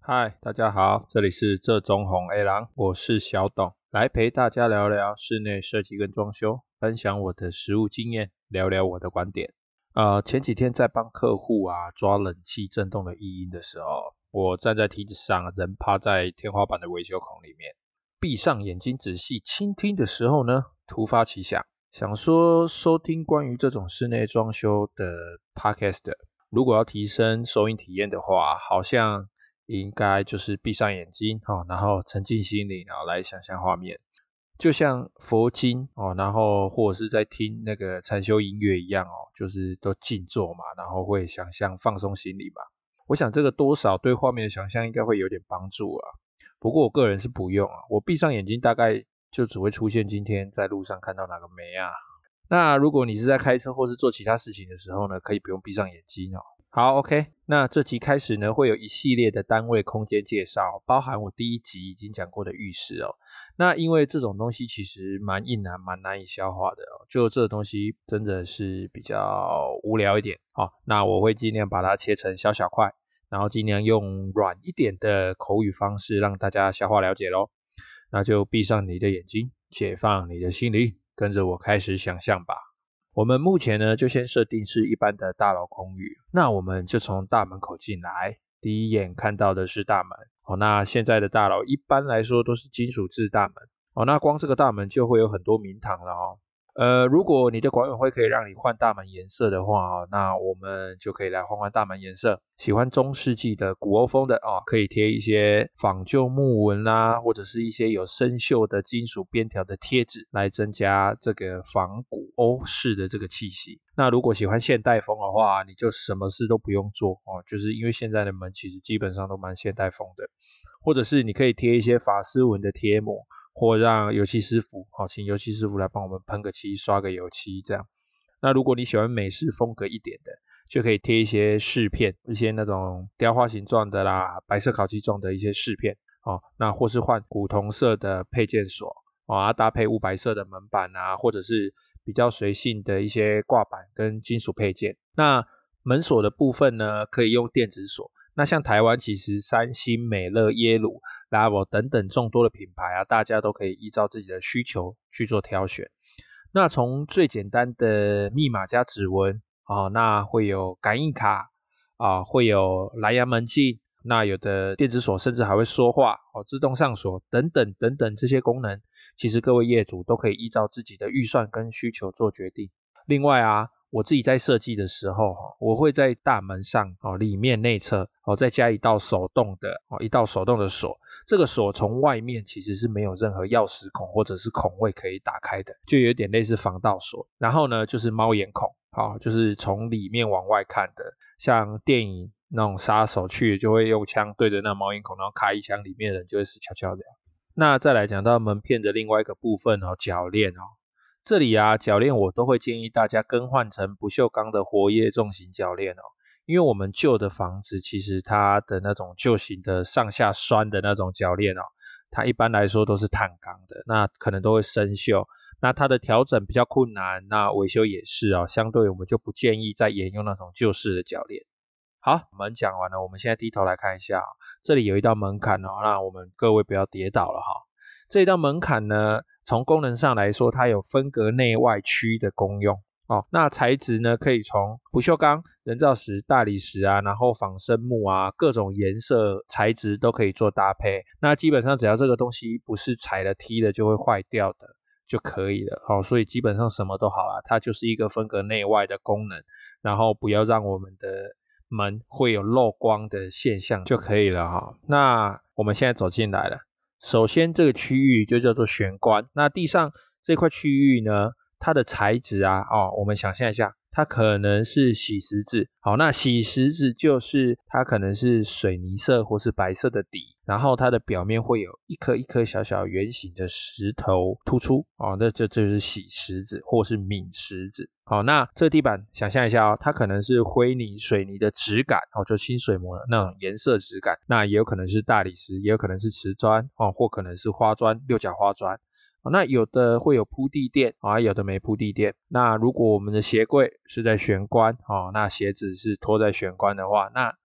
嗨，大家好，这里是浙中红 A 郎，我是小董，来陪大家聊聊室内设计跟装修，分享我的实务经验，聊聊我的观点。前几天在帮客户抓冷气震动的异音的时候，我站在梯子上，人趴在天花板的维修孔里面，闭上眼睛仔细倾听的时候呢，突发奇想，想说收听关于这种室内装修的 podcast，如果要提升收音体验的话，好像应该就是闭上眼睛然后沉浸心灵来想象画面，就像佛经然后或者是在听那个禅修音乐一样就是都静坐嘛，然后会想象放松心理嘛。我想这个多少对画面的想象应该会有点帮助啊。不过我个人是不用我闭上眼睛大概就只会出现今天在路上看到哪个梅啊。那如果你是在开车或是做其他事情的时候呢，可以不用闭上眼睛好 OK， 那这集开始呢会有一系列的单位空间介绍，包含我第一集已经讲过的浴室那因为这种东西其实蛮硬啊，蛮难以消化的就这个东西真的是比较无聊一点那我会尽量把它切成小小块，然后尽量用软一点的口语方式让大家消化了解咯。那就闭上你的眼睛，解放你的心灵，跟着我开始想象吧。我们目前呢就先设定是一般的大楼公寓，那我们就从大门口进来，第一眼看到的是大门那现在的大楼一般来说都是金属制大门那光这个大门就会有很多名堂了如果你的管委会可以让你换大门颜色的话那我们就可以来换换大门颜色。喜欢中世纪的古欧风的可以贴一些仿旧木纹啦，或者是一些有生锈的金属边条的贴纸，来增加这个仿古欧式的这个气息。那如果喜欢现代风的话，你就什么事都不用做就是因为现在的门其实基本上都蛮现代风的，或者是你可以贴一些法丝纹的贴膜，或让油漆师傅请油漆师傅来帮我们喷个漆，刷个油漆这样。那如果你喜欢美式风格一点的，就可以贴一些饰片，一些那种雕花形状的啦，白色烤漆状的一些饰片那或是换古铜色的配件锁搭配雾白色的门板或者是比较随性的一些挂板跟金属配件。那门锁的部分呢，可以用电子锁。那像台湾其实三星、美乐、耶鲁、Lavo 等等众多的品牌大家都可以依照自己的需求去做挑选。那从最简单的密码加指纹那会有感应卡会有蓝牙门禁，那有的电子锁甚至还会说话自动上锁等等等等这些功能，其实各位业主都可以依照自己的预算跟需求做决定。另外我自己在设计的时候我会在大门上里面内侧再加一道手动的锁。这个锁从外面其实是没有任何钥匙孔或者是孔位可以打开的，就有点类似防盗锁。然后呢就是猫眼孔就是从里面往外看的，像电影那种杀手去就会用枪对着那猫眼孔，然后开一枪，里面的人就会死翘翘的。那再来讲到门片的另外一个部分铰链这里铰链我都会建议大家更换成不锈钢的活页重型铰链因为我们旧的房子其实它的那种旧型的上下栓的那种铰链它一般来说都是碳钢的，那可能都会生锈，那它的调整比较困难，那维修也是相对我们就不建议再沿用那种旧式的铰链。好，门讲完了，我们现在低头来看一下这里有一道门槛那我们各位不要跌倒了这一道门槛呢，从功能上来说，它有分隔内外区的功用那材质呢，可以从不锈钢、人造石、大理石然后仿生木各种颜色材质都可以做搭配。那基本上只要这个东西不是踩了踢了就会坏掉的就可以了所以基本上什么都好啦，它就是一个分隔内外的功能，然后不要让我们的门会有漏光的现象就可以了那我们现在走进来了，首先这个区域就叫做玄关。那地上这块区域呢，它的材质我们想象一下，它可能是洗石子那洗石子就是它可能是水泥色或是白色的底，然后它的表面会有一颗一颗小小圆形的石头突出那这就是洗石子或是抿石子那这个地板想象一下它可能是灰泥水泥的质感就清水膜的那种颜色质感，那也有可能是大理石，也有可能是瓷砖或可能是花砖，六角花砖那有的会有铺地垫有的没铺地垫。那如果我们的鞋柜是在玄关那鞋子是拖在玄关的话，那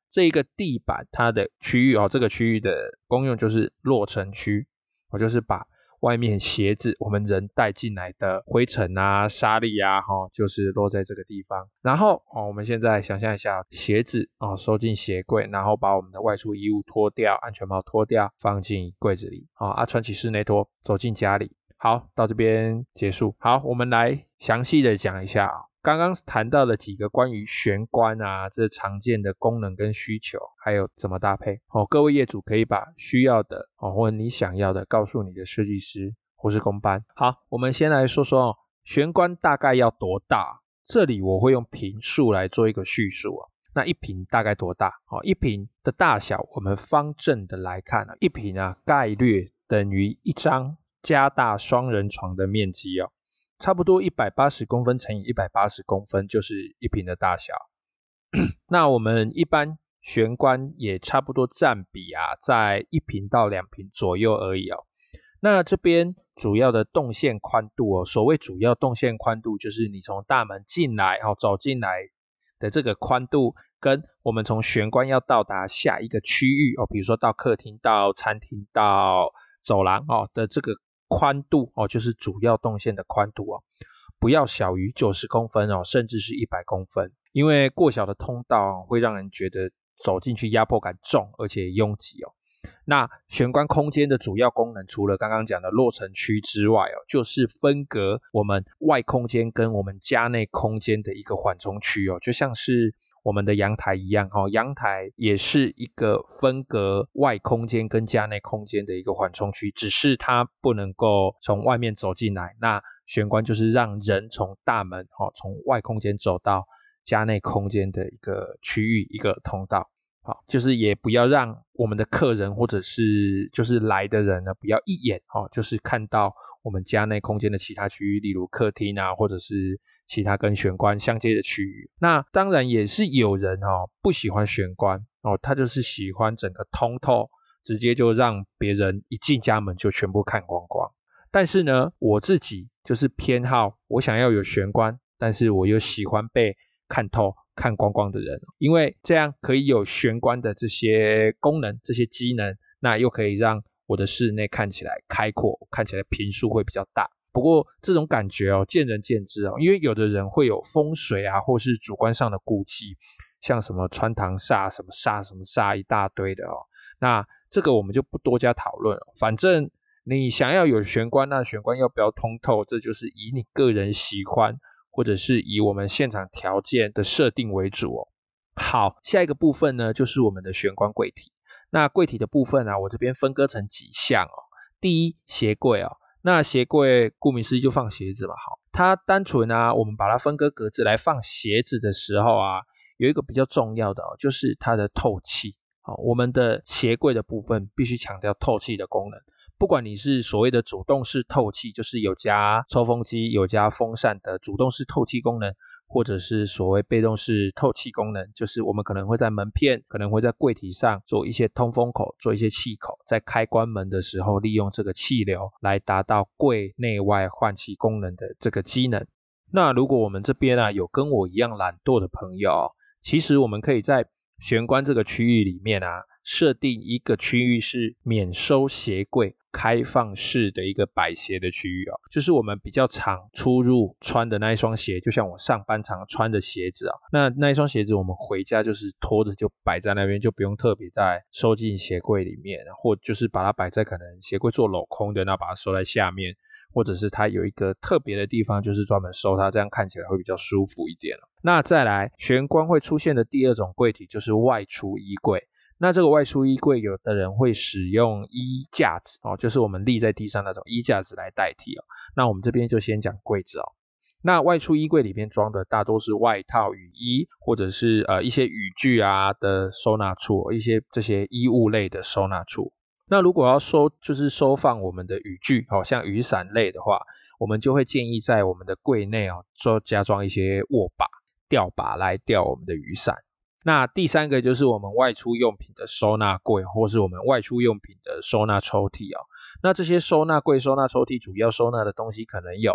这个地板它的区域这个区域的功用就是落尘区，就是把外面鞋子我们人带进来的灰尘啊、沙粒啊，就是落在这个地方。然后我们现在想象一下，鞋子收进鞋柜，然后把我们的外出衣物脱掉，安全帽脱掉，放进柜子里，穿起室内拖，走进家里。好，到这边结束。好，我们来详细的讲一下刚刚谈到的几个关于玄关啊，这常见的功能跟需求，还有怎么搭配。各位业主可以把需要的或者你想要的告诉你的设计师或是工班。好，我们先来说说玄关大概要多大。这里我会用坪数来做一个叙述那一坪大概多大？一坪的大小，我们方正的来看一坪概略等于一张加大双人床的面积差不多180公分乘以180公分就是一坪的大小。那我们一般玄关也差不多占比在1坪到2坪左右而已那这边主要的动线宽度所谓主要动线宽度就是你从大门进来走进来的这个宽度，跟我们从玄关要到达下一个区域比如说到客厅、到餐厅、到走廊的这个宽度就是主要动线的宽度不要小于90公分甚至是100公分，因为过小的通道会让人觉得走进去压迫感重，而且拥挤那玄关空间的主要功能，除了刚刚讲的落尘区之外就是分隔我们外空间跟我们家内空间的一个缓冲区就像是我们的阳台一样阳台也是一个分隔外空间跟家内空间的一个缓冲区，只是它不能够从外面走进来。那玄关就是让人从大门从外空间走到家内空间的一个区域，一个通道。好，就是也不要让我们的客人或者是就是来的人呢，不要一眼就是看到我们家内空间的其他区域，例如客厅或者是其他跟玄关相接的区域。那当然也是有人不喜欢玄关他就是喜欢整个通透，直接就让别人一进家门就全部看光光。但是呢，我自己就是偏好我想要有玄关，但是我又喜欢被看透看光光的人，因为这样可以有玄关的这些功能这些机能，那又可以让我的室内看起来开阔，看起来坪数会比较大。不过这种感觉见仁见智因为有的人会有风水或是主观上的顾忌，像什么穿堂煞什么煞什么煞一大堆的那这个我们就不多加讨论反正你想要有玄关，那玄关要不要通透，这就是以你个人喜欢或者是以我们现场条件的设定为主好，下一个部分呢就是我们的玄关柜体。那柜体的部分我这边分割成几项第一，鞋柜那鞋柜顾名思义就放鞋子嘛它单纯我们把它分割格子来放鞋子的时候有一个比较重要的就是它的透气我们的鞋柜的部分必须强调透气的功能。不管你是所谓的主动式透气，就是有加抽风机有加风扇的主动式透气功能，或者是所谓被动式透气功能，就是我们可能会在门片可能会在柜体上做一些通风口，做一些气口，在开关门的时候利用这个气流来达到柜内外换气功能的这个机能。那如果我们这边有跟我一样懒惰的朋友其实我们可以在玄关这个区域里面设定一个区域是免收鞋柜开放式的一个摆鞋的区域就是我们比较常出入穿的那一双鞋，就像我上班常穿的鞋子那一双鞋子我们回家就是拖着就摆在那边，就不用特别再收进鞋柜里面，或就是把它摆在可能鞋柜做镂空的，那把它收在下面，或者是它有一个特别的地方就是专门收它，这样看起来会比较舒服一点那再来玄关会出现的第二种柜体就是外出衣柜。那这个外出衣柜有的人会使用衣架子就是我们立在地上那种衣架子来代替那我们这边就先讲柜子那外出衣柜里面装的大多是外套、雨衣，或者是一些雨具的收纳处，一些这些衣物类的收纳处。那如果要就是收放我们的雨具像雨伞类的话，我们就会建议在我们的柜内加装一些握把、吊把来吊我们的雨伞。那第三个就是我们外出用品的收纳柜，或是我们外出用品的收纳抽屉那这些收纳柜、收纳抽屉主要收纳的东西可能有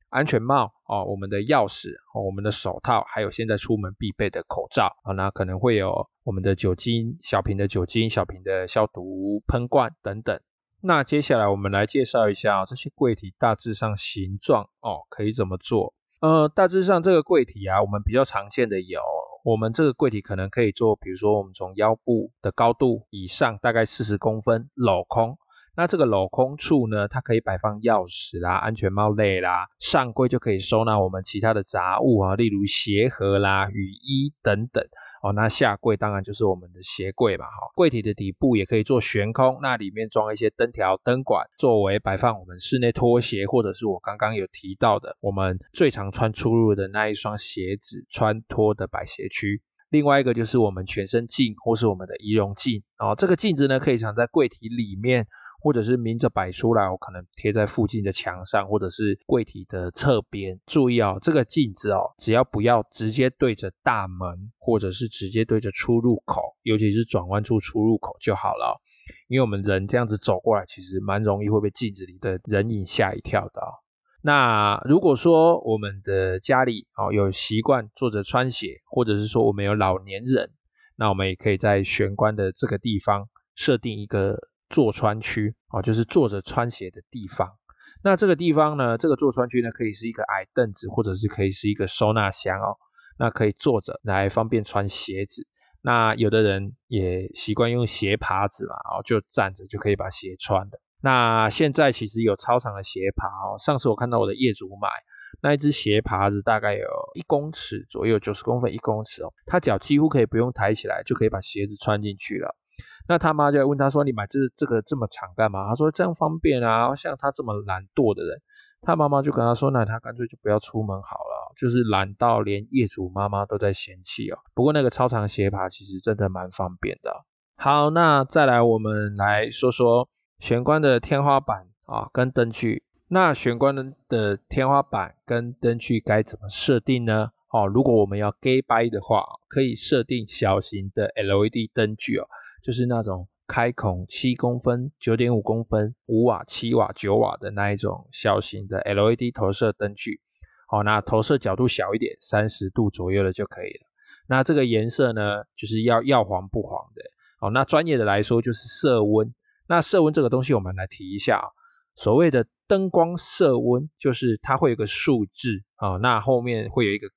安全帽我们的钥匙我们的手套，还有现在出门必备的口罩那可能会有我们的酒精，小瓶的酒精，小瓶的消毒喷罐等等。那接下来我们来介绍一下这些柜体大致上形状可以怎么做。大致上这个柜体我们比较常见的有，我们这个柜体可能可以做，比如说我们从腰部的高度以上大概40公分镂空，那这个镂空处呢，它可以摆放钥匙啦、安全帽类啦，上柜就可以收纳我们其他的杂物例如鞋盒啦、雨衣等等那下柜当然就是我们的鞋柜嘛柜体的底部也可以做悬空，那里面装一些灯条、灯管，作为摆放我们室内拖鞋，或者是我刚刚有提到的我们最常穿出入的那一双鞋子穿脱的摆鞋区。另外一个就是我们全身镜或是我们的仪容镜这个镜子呢可以藏在柜体里面，或者是明着摆出来，我可能贴在附近的墙上，或者是柜体的侧边。注意这个镜子只要不要直接对着大门，或者是直接对着出入口，尤其是转弯处出入口就好了因为我们人这样子走过来，其实蛮容易会被镜子里的人影吓一跳的那如果说我们的家里有习惯坐着穿鞋，或者是说我们有老年人，那我们也可以在玄关的这个地方设定一个坐穿区就是坐着穿鞋的地方。那这个地方呢，这个坐穿区呢，可以是一个矮凳子，或者是可以是一个收纳箱那可以坐着来方便穿鞋子。那有的人也习惯用鞋耙子嘛就站着就可以把鞋穿了。那现在其实有超长的鞋耙上次我看到我的业主买那一只鞋耙子大概有1公尺左右，90公分1公尺他脚几乎可以不用抬起来就可以把鞋子穿进去了。那他妈就问他说，你买这个这么长干嘛？他说这样方便像他这么懒惰的人，他妈妈就跟他说，那他干脆就不要出门好了，就是懒到连业主妈妈都在嫌弃不过那个超长鞋耙其实真的蛮方便的好，那再来我们来说说玄关的天花板跟灯具。那玄关的天花板跟灯具该怎么设定呢？如果我们要 gay 掰的话，可以设定小型的 LED 灯具就是那种开孔7公分、9.5公分、5瓦、7瓦、9瓦的那一种小型的 LED 投射灯具那投射角度小一点，30度左右的就可以了。那这个颜色呢，就是要黄不黄的那专业的来说就是色温。那色温这个东西我们来提一下所谓的灯光色温，就是它会有个数字那后面会有一个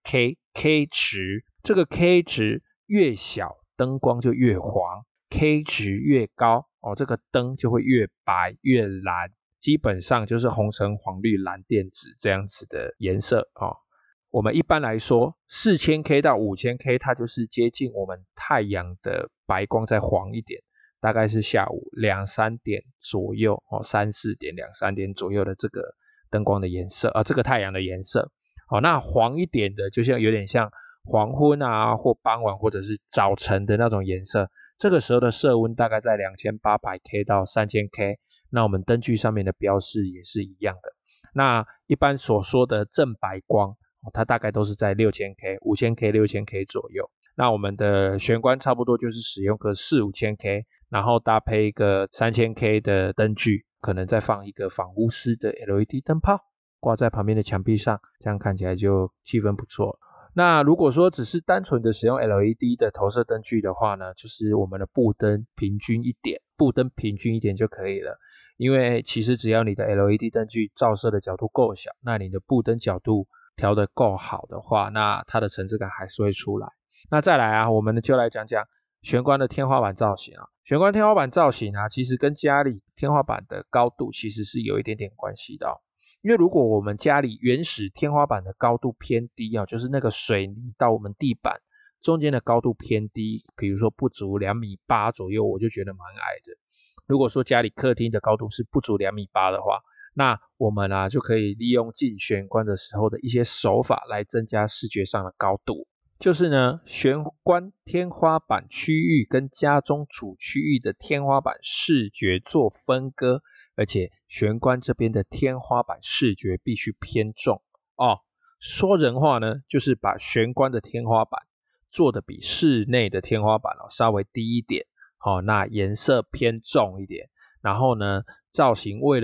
K 值，这个 K 值越小灯光就越黄，K 值越高这个灯就会越白越蓝，基本上就是红橙黄绿蓝靛紫这样子的颜色我们一般来说 4000K 到 5000K 它就是接近我们太阳的白光再黄一点，大概是下午2-3点左右3-4点2-3点左右的这个灯光的颜色这个太阳的颜色那黄一点的就像有点像黄昏或傍晚或者是早晨的那种颜色，这个时候的色温大概在 2800K 到 3000K， 那我们灯具上面的标示也是一样的。那一般所说的正白光它大概都是在 6000K、5000K、6000K 左右。那我们的玄关差不多就是使用个 4-5000K， 然后搭配一个 3000K 的灯具，可能再放一个仿钨丝的 LED 灯泡挂在旁边的墙壁上，这样看起来就气氛不错。那如果说只是单纯的使用 LED 的投射灯具的话呢，就是我们的布灯平均一点就可以了。因为其实只要你的 LED 灯具照射的角度够小，那你的布灯角度调得够好的话，那它的层次感还是会出来。那再来我们就来讲讲玄关的天花板造型玄关天花板造型其实跟家里天花板的高度其实是有一点点关系的因为如果我们家里原始天花板的高度偏低就是那个水泥到我们地板中间的高度偏低，比如说不足2.8米左右，我就觉得蛮矮的。如果说家里客厅的高度是不足2.8米的话，那我们就可以利用进玄关的时候的一些手法来增加视觉上的高度。就是呢，玄关天花板区域跟家中主区域的天花板视觉做分割，而且玄关这边的天花板视觉必须偏重说人话呢，就是把玄关的天花板做的比室内的天花板稍微低一点那颜色偏重一点，然后呢造型为了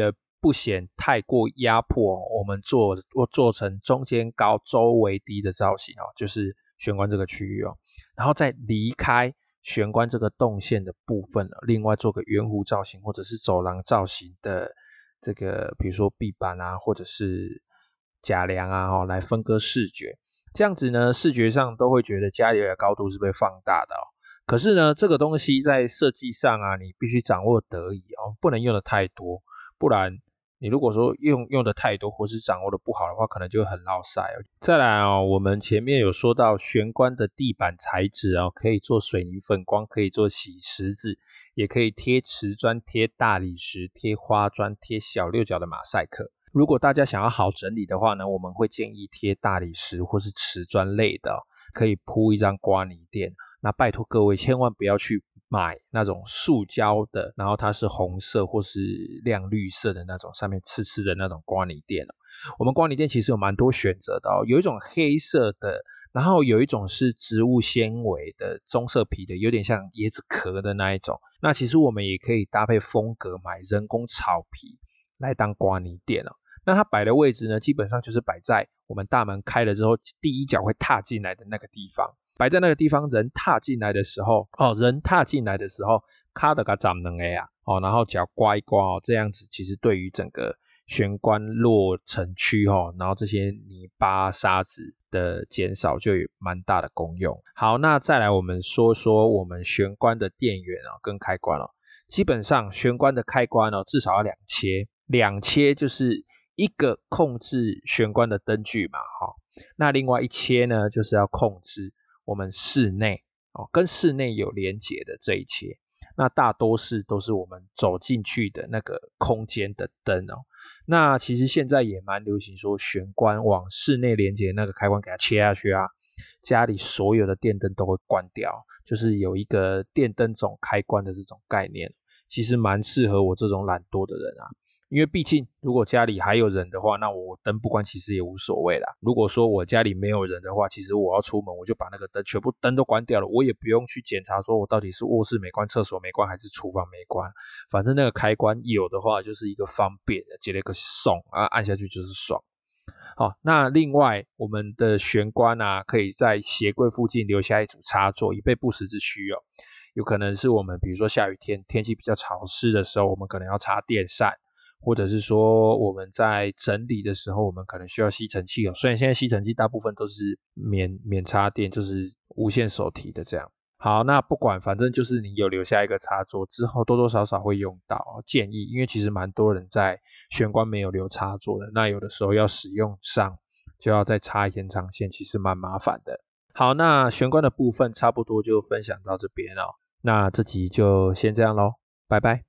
不显太过压迫我们做成中间高周围低的造型就是玄关这个区域然后再离开玄关这个动线的部分另外做个圆弧造型或者是走廊造型的这个比如说壁板啊或者是假梁啊来分割视觉，这样子呢视觉上都会觉得家里的高度是被放大的可是呢这个东西在设计上你必须掌握得宜不能用的太多，不然你如果说用的太多或是掌握的不好的话，可能就会很落塞再来我们前面有说到玄关的地板材质可以做水泥粉光，可以做洗石子，也可以贴瓷砖、贴大理石、贴花砖、贴小六角的马赛克。如果大家想要好整理的话呢，我们会建议贴大理石或是瓷砖类的可以铺一张刮泥垫。那拜托各位千万不要去买那种塑胶的，然后它是红色或是亮绿色的那种上面刺刺的那种刮泥垫我们刮泥垫其实有蛮多选择的有一种黑色的，然后有一种是植物纤维的棕色皮的，有点像椰子壳的那一种。那其实我们也可以搭配风格买人工草皮来当刮泥垫那它摆的位置呢，基本上就是摆在我们大门开了之后第一脚会踏进来的那个地方。摆在那个地方，人踏进来的时候卡的给站两个然后脚刮一刮这样子其实对于整个玄关落尘区然后这些泥巴沙子的减少就有蛮大的功用。好，那再来我们说说我们玄关的电源跟开关基本上玄关的开关至少要两切就是一个控制玄关的灯具嘛那另外一切呢就是要控制我们室内跟室内有连结的这一切，那大多是都是我们走进去的那个空间的灯那其实现在也蛮流行说玄关往室内连结那个开关给它切下去家里所有的电灯都会关掉，就是有一个电灯总开关的这种概念，其实蛮适合我这种懒惰的人因为毕竟如果家里还有人的话，那我灯不关其实也无所谓啦。如果说我家里没有人的话，其实我要出门我就把那个灯全部灯都关掉了，我也不用去检查说我到底是卧室没关、厕所没关还是厨房没关，反正那个开关有的话就是一个方便的，接了一个送按下去就是爽。好，那另外我们的玄关可以在鞋柜附近留下一组插座，以备不时之需有可能是我们比如说下雨天天气比较潮湿的时候，我们可能要插电扇，或者是说我们在整理的时候我们可能需要吸尘器虽然现在吸尘器大部分都是免插电，就是无线手提的这样。好，那不管反正就是你有留下一个插座之后多多少少会用到建议，因为其实蛮多人在玄关没有留插座的，那有的时候要使用上就要再插延长线，其实蛮麻烦的。好，那玄关的部分差不多就分享到这边那这集就先这样咯，拜拜。